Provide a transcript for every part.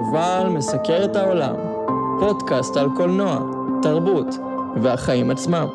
שובל מסקר את העולם, פודקאסט על קולנוע, תרבות והחיים עצמם.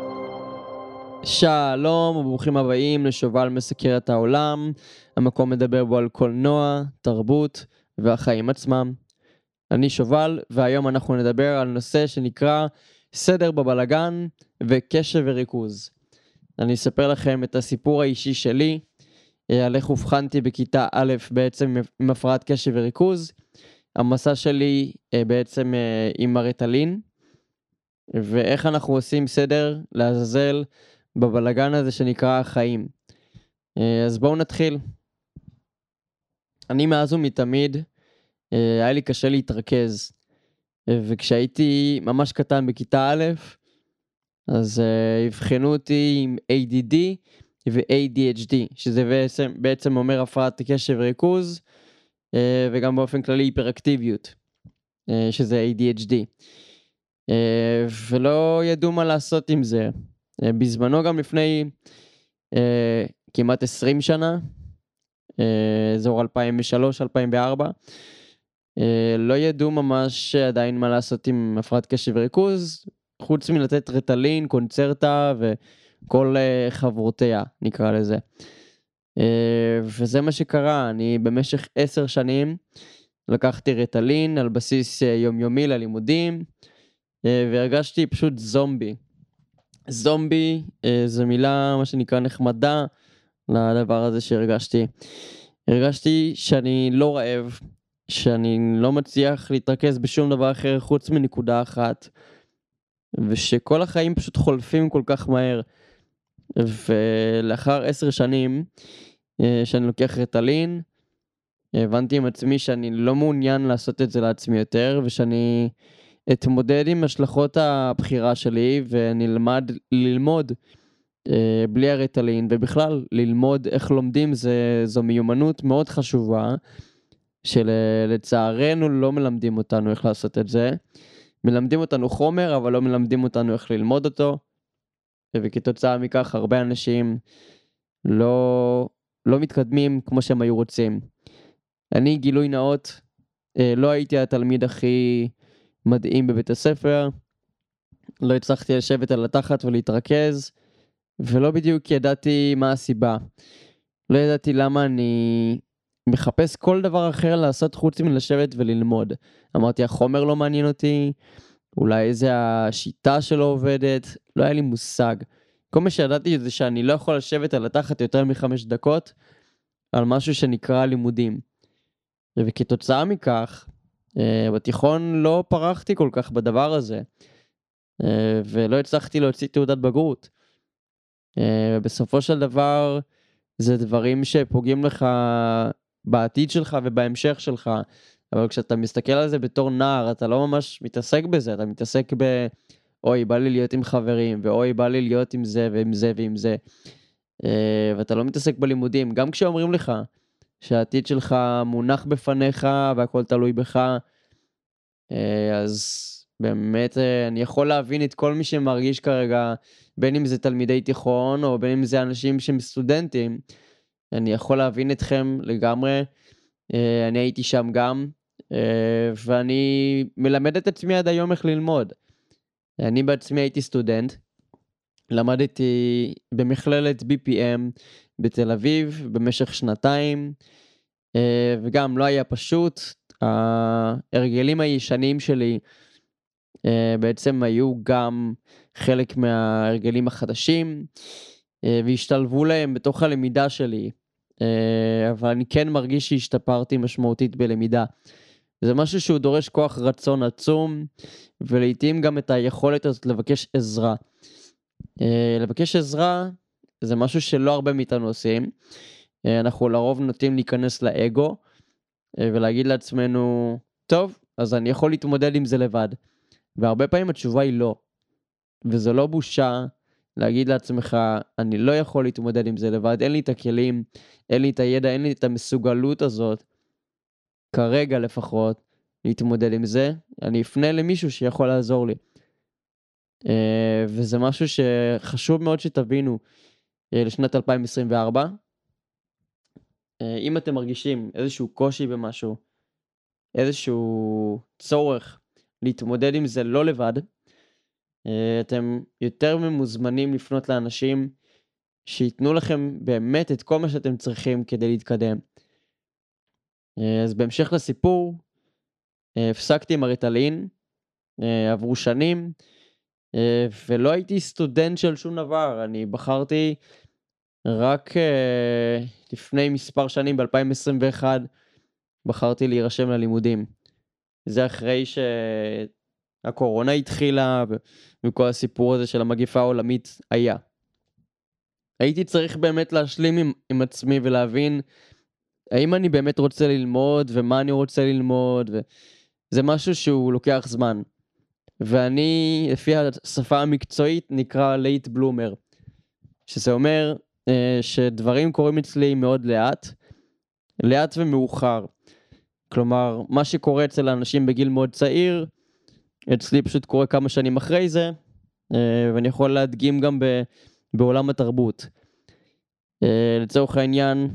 שלום וברוכים הבאים לשובל מסקר את העולם, המקום מדבר בו על קולנוע, תרבות והחיים עצמם. אני שובל והיום אנחנו נדבר על נושא שנקרא סדר בבלגן וקשב וריכוז. אני אספר לכם את הסיפור האישי שלי, על איך הובחנתי בכיתה א' בעצם עם הפרעת קשב וריכוז. המסע שלי בעצם עם הריטלין, ואיך אנחנו עושים סדר לעזאזל בבלגן הזה שנקרא החיים. אז בואו נתחיל. אני מאז ומתמיד, היה לי קשה להתרכז, וכשהייתי ממש קטן בכיתה א', אז הבחנו אותי עם ADD ו-ADHD, שזה בעצם אומר הפרעת קשב וריכוז, וגם באופן כללי היפראקטיביות, שזה ADHD. ולא ידעו מה לעשות עם זה. בזמנו גם לפני כמעט 20 שנה, אזור 2003-2004, לא ידעו ממש עדיין מה לעשות עם הפרעת קשב וריכוז, חוץ מלתת ריטלין, קונצרטה וכל חברותיה, נקרא לזה. וזה מה שקרה. אני במשך 10 שנים לקחתי ריטלין על בסיס יומיומי ללימודים, והרגשתי פשוט זומבי. זומבי זו מילה מה שנקרא נחמדה לדבר הזה שהרגשתי. הרגשתי שאני לא רעב, שאני לא מצליח להתרכז בשום דבר אחר חוץ מנקודה אחת, ושכל החיים פשוט חולפים כל כך מהר. ולאחר 10 שנים שאני לוקח ריטלין, הבנתי עם עצמי שאני לא מעוניין לעשות את זה לעצמי יותר, ושאני אתמודד עם השלכות הבחירה שלי, ואני ללמוד בלי הריטלין, ובכלל ללמוד איך לומדים זו מיומנות מאוד חשובה, שלצערנו לא מלמדים אותנו איך לעשות את זה. מלמדים אותנו חומר, אבל לא מלמדים אותנו איך ללמוד אותו, וכתוצאה מכך הרבה אנשים לא מתקדמים כמו שהם היו רוצים. אני גילוי נאות, לא הייתי התלמיד הכי מדהים בבית הספר, לא הצלחתי לשבת על התחת ולהתרכז, ולא בדיוק ידעתי מה הסיבה. לא ידעתי למה אני מחפש כל דבר אחר לעשות חוץ מלשבת וללמוד. אמרתי, החומר לא מעניין אותי, אולי זה השיטה שלא עובדת, לא היה לי מושג. כל מה שידעתי זה שאני לא יכול לשבת על התחת יותר מ5 דקות, על משהו שנקרא לימודים. וכתוצאה מכך, בתיכון לא פרחתי כל כך בדבר הזה, ולא הצלחתי להוציא תעודת בגרות. בסופו של דבר, זה דברים שפוגעים לך בעתיד שלך ובהמשך שלך, אבל כשאתה מסתכל על זה בתור נער, אתה לא ממש מתעסק בזה, אתה מתעסק אוי, בא לי להיות עם חברים, ואוי, בא לי להיות עם זה ועם זה ועם זה, ואתה לא מתעסק בלימודים. גם כשאומרים לך שהעתיד שלך מונח בפניך והכל תלוי בך, אז באמת אני יכול להבין את כל מי שמרגיש כרגע, בין אם זה תלמידי תיכון או בין אם זה אנשים שהם סטודנטים, אני יכול להבין אתכם לגמרי. אני הייתי שם גם, ואני מלמד את עצמי עד היום איך ללמוד. אני בעצמי הייתי סטודנט, למדתי במכללת BPM בתל אביב במשך 2 וגם לא היה פשוט. ההרגלים הישנים שלי בעצם היו גם חלק מההרגלים החדשים, והשתלבו להם בתוך הלמידה שלי, אבל אני כן מרגיש שהשתפרתי משמעותית בלמידה. זה משהו שהוא דורש כוח רצון עצום, ולעיתים גם את היכולת הזאת לבקש עזרה. לבקש עזרה זה משהו שלא הרבה מאיתנו עושים. אנחנו לרוב נוטים להיכנס לאגו, ולהגיד לעצמנו, טוב, אז אני יכול להתמודד עם זה לבד. והרבה פעמים התשובה היא לא. וזה לא בושה להגיד לעצמך, אני לא יכול להתמודד עם זה לבד, אין לי את הכלים, אין לי את הידע, אין לי את המסוגלות הזאת, כרגע לפחות, להתמודד עם זה. אני אפנה למישהו שיכול לעזור לי. וזה משהו שחשוב מאוד שתבינו לשנת 2024. אם אתם מרגישים איזשהו קושי במשהו, איזשהו צורך להתמודד עם זה לא לבד, אתם יותר ממוזמנים לפנות לאנשים שייתנו לכם באמת את כל מה שאתם צריכים כדי להתקדם. אז בהמשך לסיפור, הפסקתי עם הריטלין, עברו שנים, ולא הייתי סטודנט של שום דבר, אני בחרתי רק לפני מספר שנים, ב-2021, בחרתי להירשם ללימודים. זה אחרי שהקורונה התחילה, וכל הסיפור הזה של המגפה העולמית היה. הייתי צריך באמת להשלים עם עצמי ולהבין האם אני באמת רוצה ללמוד, ומה אני רוצה ללמוד, וזה משהו שהוא לוקח זמן. ואני, לפי השפה המקצועית, נקרא late bloomer, שזה אומר שדברים קורים אצלי מאוד לאט ומאוחר. כלומר, מה שקורה אצל האנשים בגיל מאוד צעיר, אצלי פשוט קורה כמה שנים אחרי זה, ואני יכול להדגים גם בעולם התרבות. לצורך העניין,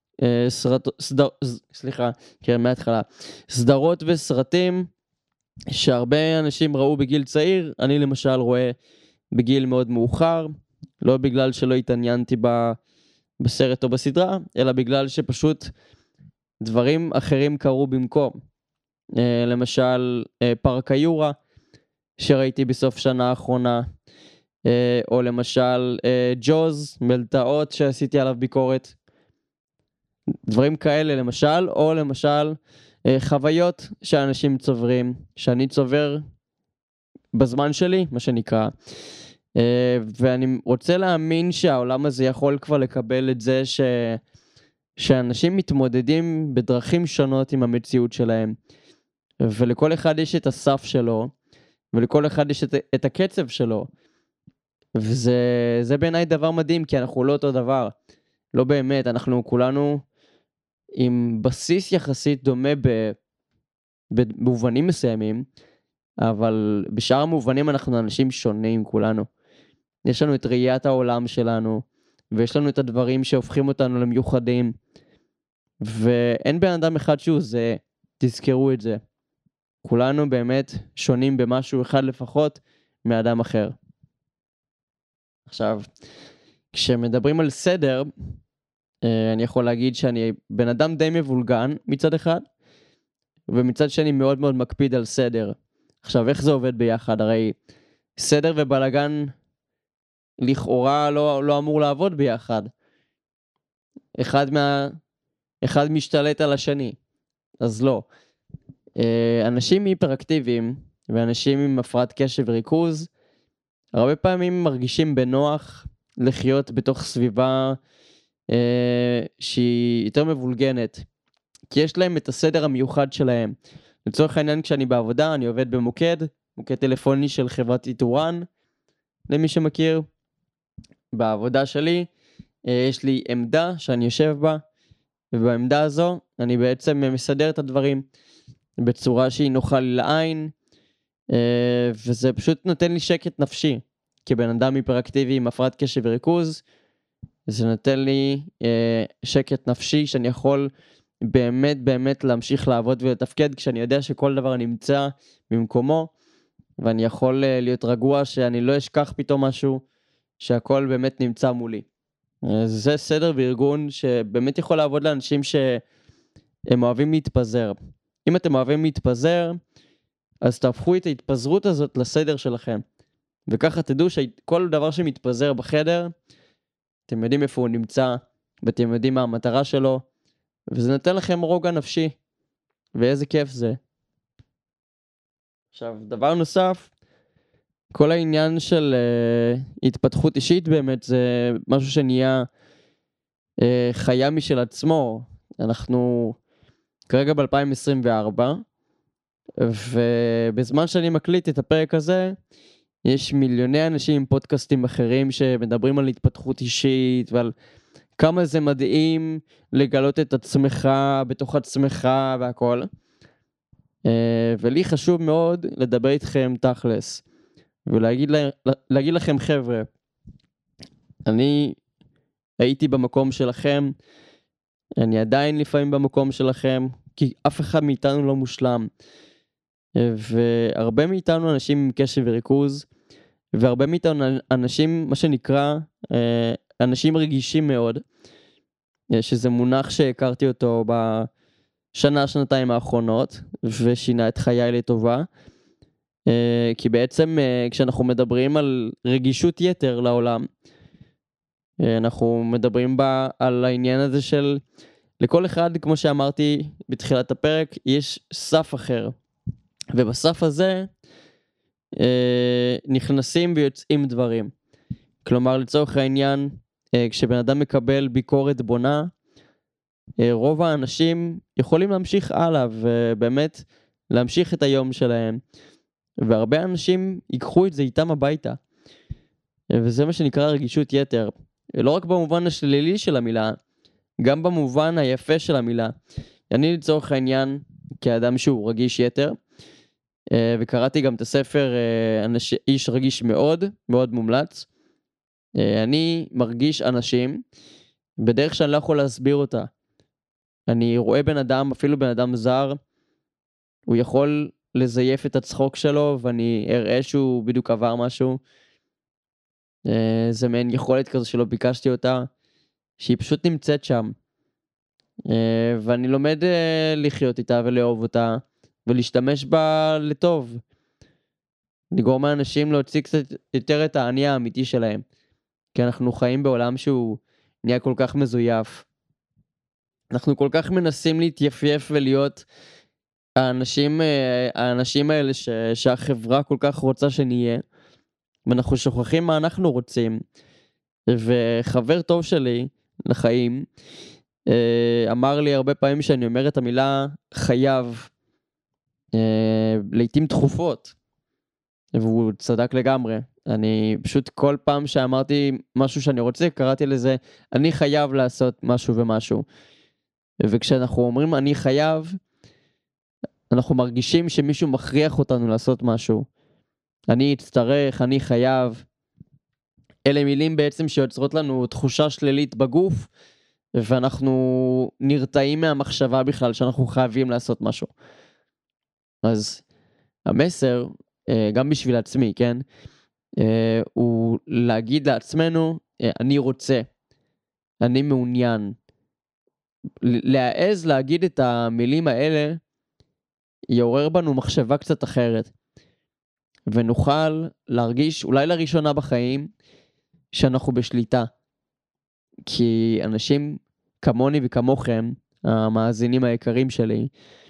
סדרות וסרטים שהרבה אנשים ראו בגיל צעיר, אני למשל רואה בגיל מאוד מאוחר, לא בגלל שלא התעניינתי בסרט או בסדרה, אלא בגלל שפשוט דברים אחרים קרו במקום. למשל, פארק היורה, שראיתי בסוף שנה האחרונה, או למשל, ג'וז, מלטעות שעשיתי עליו ביקורת. דברים כאלה למשל, או למשל, חוויות שאנשים צוברים, שאני צובר בזמן שלי, מה שנקרא. ואני רוצה להאמין שהעולם הזה יכול כבר לקבל את זה שאנשים מתמודדים בדרכים שונות עם המציאות שלהם, ולכל אחד יש את הסף שלו, ולכל אחד יש את הקצב שלו, וזה בעיניי דבר מדהים, כי אנחנו לא אותו דבר, לא באמת, אנחנו כולנו עם בסיס יחסית דומה במובנים מסוימים, אבל בשאר המובנים אנחנו אנשים שונים כולנו. יש לנו את ראיית העולם שלנו, ויש לנו את הדברים שהופכים אותנו למיוחדים, ואין בן אדם אחד שהוא זה, תזכרו את זה. כולנו באמת שונים במשהו אחד לפחות מאדם אחר. עכשיו, כשמדברים על סדר, אני יכול להגיד שאני בן אדם די מבולגן מצד אחד, ומצד שני מאוד מאוד מקפיד על סדר. עכשיו, איך זה עובד ביחד? הרי סדר ובלגן לכאורה לא אמור לעבוד ביחד. אחד משתלט על השני, אז לא. אנשים היפראקטיביים ואנשים עם הפרעת קשב וריכוז, הרבה פעמים מרגישים בנוח לחיות בתוך סביבה שהיא יותר מבולגנת, כי יש להם את הסדר המיוחד שלהם. לצורך העניין, כשאני בעבודה, אני עובד במוקד טלפוני של חברת איתורן, למי שמכיר. בעבודה שלי יש לי עמדה שאני יושב בה, ובעמדה הזו אני בעצם מסדר את הדברים בצורה שהיא נוחה לי לעין, וזה פשוט נותן לי שקט נפשי. כבן אדם היפראקטיבי עם הפרעת קשב וריכוז, זה נותן לי שקט נפשי שאני יכול באמת להמשיך לעבוד ולתפקד, כשאני יודע שכל דבר נמצא במקומו, ואני יכול להיות רגוע שאני לא אשכח פתאום משהו, שהכל באמת נמצא מולי. זה סדר וארגון שבאמת יכול לעבוד לאנשים שהם אוהבים להתפזר. אם אתם אוהבים להתפזר, אז תהפכו את ההתפזרות הזאת לסדר שלכם. וככה תדעו שכל דבר שמתפזר בחדר, אתם יודעים איפה הוא נמצא, ואתם יודעים מה המטרה שלו, וזה נותן לכם רוגע נפשי. ואיזה כיף זה. עכשיו, דבר נוסף, כל העניין של התפתחות אישית באמת, זה משהו שנהיה חיה משל עצמו. אנחנו כרגע ב-2024, ובזמן שאני מקליט את הפרק הזה, יש מיליוני אנשים עם פודקאסטים אחרים שמדברים על התפתחות אישית, ועל כמה זה מדהים לגלות את עצמך בתוך עצמך והכל. ולי חשוב מאוד לדבר איתכם תכלס, ולהגיד לכם, חבר'ה, אני הייתי במקום שלכם, אני עדיין לפעמים במקום שלכם, כי אף אחד מאיתנו לא מושלם. והרבה מאיתנו אנשים עם קשב וריכוז, והרבה מאיתנו אנשים, מה שנקרא, אנשים רגישים מאוד, שזה מונח שהכרתי אותו שנתיים האחרונות, ושינה את חיי לטובה. כי בעצם כשאנחנו מדברים על רגישות יתר לעולם, אנחנו מדברים על העניין הזה של לכל אחד, כמו שאמרתי בתחילת הפרק, יש סף אחר. ובסף הזה נכנסים ויוצאים דברים. כלומר, לצורך העניין, כשבן אדם מקבל ביקורת בונה, רוב האנשים יכולים להמשיך הלאה, ובאמת להמשיך את היום שלהם. והרבה אנשים ייקחו את זה איתם הביתה. וזה מה שנקרא רגישות יתר. לא רק במובן השלילי של המילה, גם במובן היפה של המילה. אני לצורך העניין, כאדם שהוא רגיש יתר, וקראתי גם את הספר איש רגיש מאוד, מאוד מומלץ. אני מרגיש אנשים בדרך שאני לא יכול להסביר אותה. אני רואה בן אדם, אפילו בן אדם זר, הוא יכול לזייף את הצחוק שלו, ואני אראה שהוא בדיוק עבר משהו. זה מעין יכולת כזו שלא ביקשתי אותה, שהיא פשוט נמצאת שם. ואני לומד לחיות איתה ולאהוב אותה, ולהשתמש בה לטוב. לגרום לאנשים להוציא קצת יותר את העני האמיתי שלהם. כי אנחנו חיים בעולם שהוא נהיה כל כך מזויף. אנחנו כל כך מנסים להתייפייף ולהיות האנשים האלה שהחברה כל כך רוצה שנהיה. ואנחנו שוכחים מה אנחנו רוצים. וחבר טוב שלי לחיים אמר לי הרבה פעמים שאני אומר את המילה חייב לעתים תכופות. והוא צדק לגמרי. אני פשוט כל פעם שאמרתי משהו שאני רוצה, קראתי לזה, אני חייב לעשות משהו ומשהו. וכשאנחנו אומרים אני חייב, אנחנו מרגישים שמישהו מכריח אותנו לעשות משהו. אני אצטרך, אני חייב. אלה מילים בעצם שיוצרות לנו תחושה שלילית בגוף, ואנחנו נרתעים מהמחשבה בכלל שאנחנו חייבים לעשות משהו. אז המסר, גם בשביל עצמי, כן? הוא להגיד לעצמנו, אני רוצה, אני מעוניין. להעז להגיד את המילים האלה, יעורר בנו מחשבה קצת אחרת. ונוכל להרגיש, אולי לראשונה בחיים, שאנחנו בשליטה. כי אנשים כמוני וכמוכם, המאזינים היקרים שלי,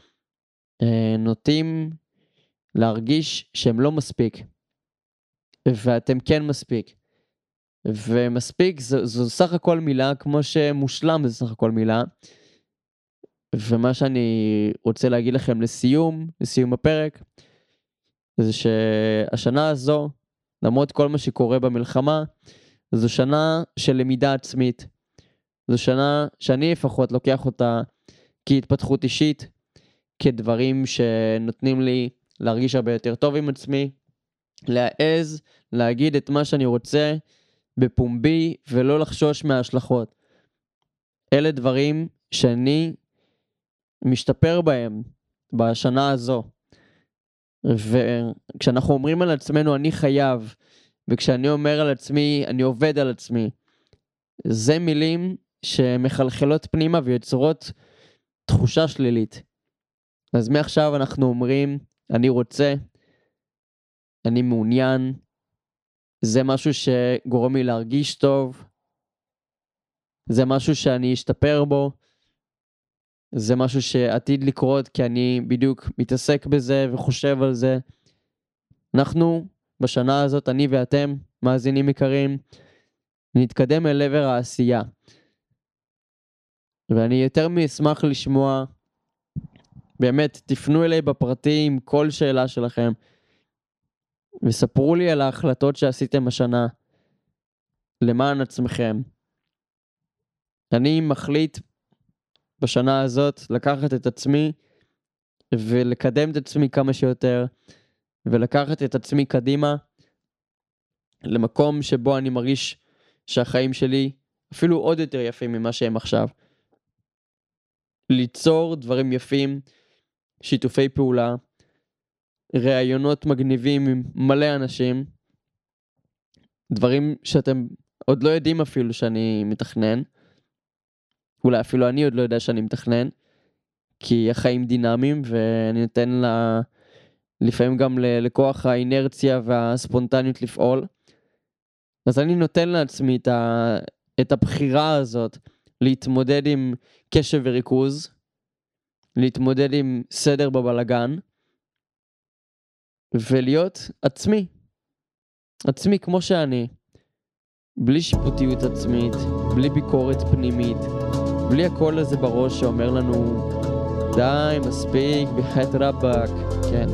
נוטים להרגיש שהם לא מספיק. ואתם כן מספיק. ומספיק זו סך הכל מילה, כמו שמושלם זה סך הכל מילה. ומה שאני רוצה להגיד לכם לסיום הפרק, זה שהשנה הזו, למרות כל מה שקורה במלחמה, זו שנה של למידה עצמית. זו שנה שאני לפחות לוקח אותה כהתפתחות אישית, כדברים שנותנים לי להרגיש הרבה יותר טוב עם עצמי, להעז, להגיד את מה שאני רוצה בפומבי ולא לחשוש מההשלכות. אלה דברים שאני משתפר בהם בשנה הזו. וכשאנחנו אומרים על עצמנו אני חייב, וכשאני אומר על עצמי אני עובד על עצמי, זה מילים שמחלחלות פנימה ויוצרות תחושה שלילית. אז מעכשיו אנחנו אומרים אני רוצה, אני מעוניין, זה משהו שגורם לי להרגיש טוב, זה משהו שאני אשתפר בו, זה משהו שעתיד לקרות כי אני בדיוק מתעסק בזה וחושב על זה. אנחנו בשנה הזאת, אני ואתם, מאזינים יקרים, נתקדם אל עבר העשייה. ואני יותר מאשמח לשמוע, באמת תפנו אליי בפרטי עם כל שאלה שלכם, וספרו לי על ההחלטות שעשיתם השנה, למען עצמכם. אני מחליט בשנה הזאת לקחת את עצמי, ולקדם את עצמי כמה שיותר, ולקחת את עצמי קדימה, למקום שבו אני מרגיש שהחיים שלי אפילו עוד יותר יפים ממה שהם עכשיו. ליצור דברים יפים, שיתופי פעולה, רעיונות מגניבים עם מלא אנשים, דברים שאתם עוד לא יודעים אפילו שאני מתכנן, אולי אפילו אני עוד לא יודע שאני מתכנן, כי החיים דינמיים ואני נותן לפעמים גם לכוח האינרציה והספונטניות לפעול. אז אני נותן לעצמי את הבחירה הזאת להתמודד עם קשב וריכוז, להתמודד עם סדר בבלגן, ולהיות עצמי כמו שאני, בלי שיפוטיות עצמית, בלי ביקורת פנימית, בלי הקול הזה בראש שאומר לנו די, מספיק, בחייאת רבאק, כן.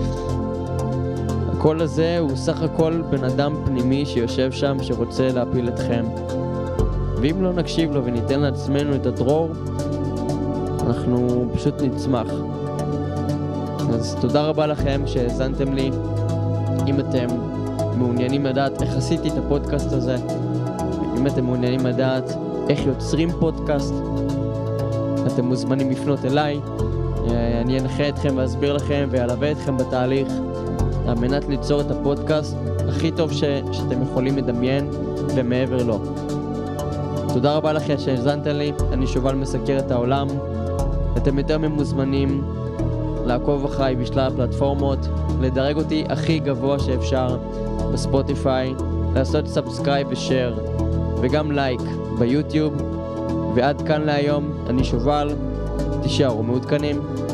הקול הזה הוא סך הכל בן אדם פנימי שיושב שם שרוצה להפיל אתכם. ואם לא נקשיב לו וניתן לעצמנו את הדרור, אנחנו פשוט נצמח. אז תודה רבה לכם שהאזנתם לי. אם אתם מעוניינים לדעת איך עשיתי את הפודקאסט הזה, אם אתם מעוניינים לדעת איך יוצרים פודקאסט, אתם מוזמנים לפנות אליי. אני אנחה אתכם ואסביר לכם ואלווה אתכם בתהליך על מנת ליצור את הפודקאסט הכי טוב שאתם יכולים לדמיין ומעבר לו. תודה רבה לכם שהאזנתם לי. אני שובל מסקר את העולם. אתם יותר ממוזמנים לעקוב אחריי בשלל הפלטפורמות, לדרג אותי הכי גבוה שאפשר בספוטיפיי, לעשות סאבסקרייב ושאר וגם לייק ביוטיוב. ועד כאן להיום, אני שובל, תישארו מעודכנים.